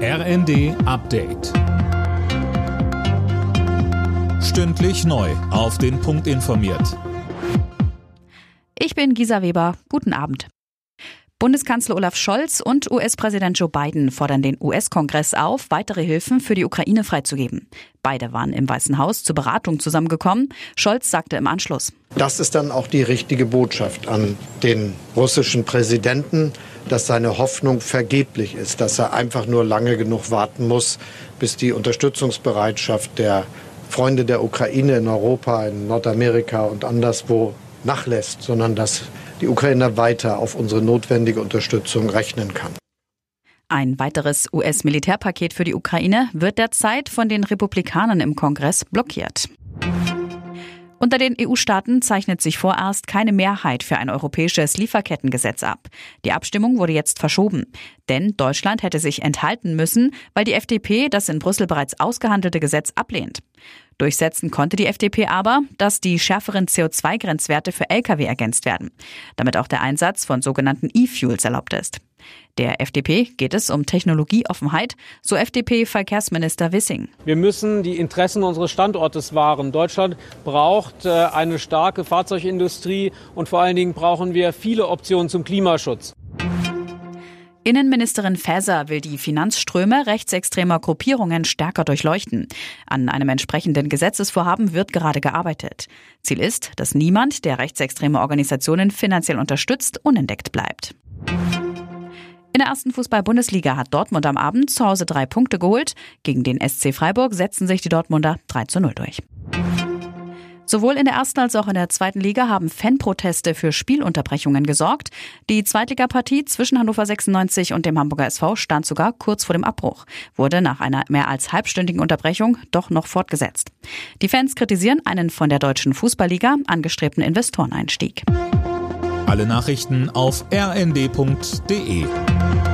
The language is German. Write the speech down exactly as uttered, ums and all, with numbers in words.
R N D Update. Stündlich neu auf den Punkt informiert. Ich bin Gisa Weber. Guten Abend. Bundeskanzler Olaf Scholz und U S-Präsident Joe Biden fordern den U S-Kongress auf, weitere Hilfen für die Ukraine freizugeben. Beide waren im Weißen Haus zur Beratung zusammengekommen. Scholz sagte im Anschluss: Das ist dann auch die richtige Botschaft an den russischen Präsidenten, dass seine Hoffnung vergeblich ist, dass er einfach nur lange genug warten muss, bis die Unterstützungsbereitschaft der Freunde der Ukraine in Europa, in Nordamerika und anderswo nachlässt, sondern dass die Ukraine weiter auf unsere notwendige Unterstützung rechnen kann. Ein weiteres U S-Militärpaket für die Ukraine wird derzeit von den Republikanern im Kongress blockiert. Unter den E U-Staaten zeichnet sich vorerst keine Mehrheit für ein europäisches Lieferkettengesetz ab. Die Abstimmung wurde jetzt verschoben. Denn Deutschland hätte sich enthalten müssen, weil die F D P das in Brüssel bereits ausgehandelte Gesetz ablehnt. Durchsetzen konnte die F D P aber, dass die schärferen C O zwei Grenzwerte für L K W ergänzt werden, damit auch der Einsatz von sogenannten E-Fuels erlaubt ist. Der F D P geht es um Technologieoffenheit, so F D P-Verkehrsminister Wissing. Wir müssen die Interessen unseres Standortes wahren. Deutschland braucht eine starke Fahrzeugindustrie und vor allen Dingen brauchen wir viele Optionen zum Klimaschutz. Innenministerin Faeser will die Finanzströme rechtsextremer Gruppierungen stärker durchleuchten. An einem entsprechenden Gesetzesvorhaben wird gerade gearbeitet. Ziel ist, dass niemand, der rechtsextreme Organisationen finanziell unterstützt, unentdeckt bleibt. In der ersten Fußball-Bundesliga hat Dortmund am Abend zu Hause drei Punkte geholt. Gegen den S C Freiburg setzen sich die Dortmunder drei zu null durch. Sowohl in der ersten als auch in der zweiten Liga haben Fanproteste für Spielunterbrechungen gesorgt. Die Zweitligapartie zwischen Hannover sechsundneunzig und dem Hamburger S V stand sogar kurz vor dem Abbruch, wurde nach einer mehr als halbstündigen Unterbrechung doch noch fortgesetzt. Die Fans kritisieren einen von der Deutschen Fußballliga angestrebten Investoreneinstieg. Alle Nachrichten auf r n d punkt d e.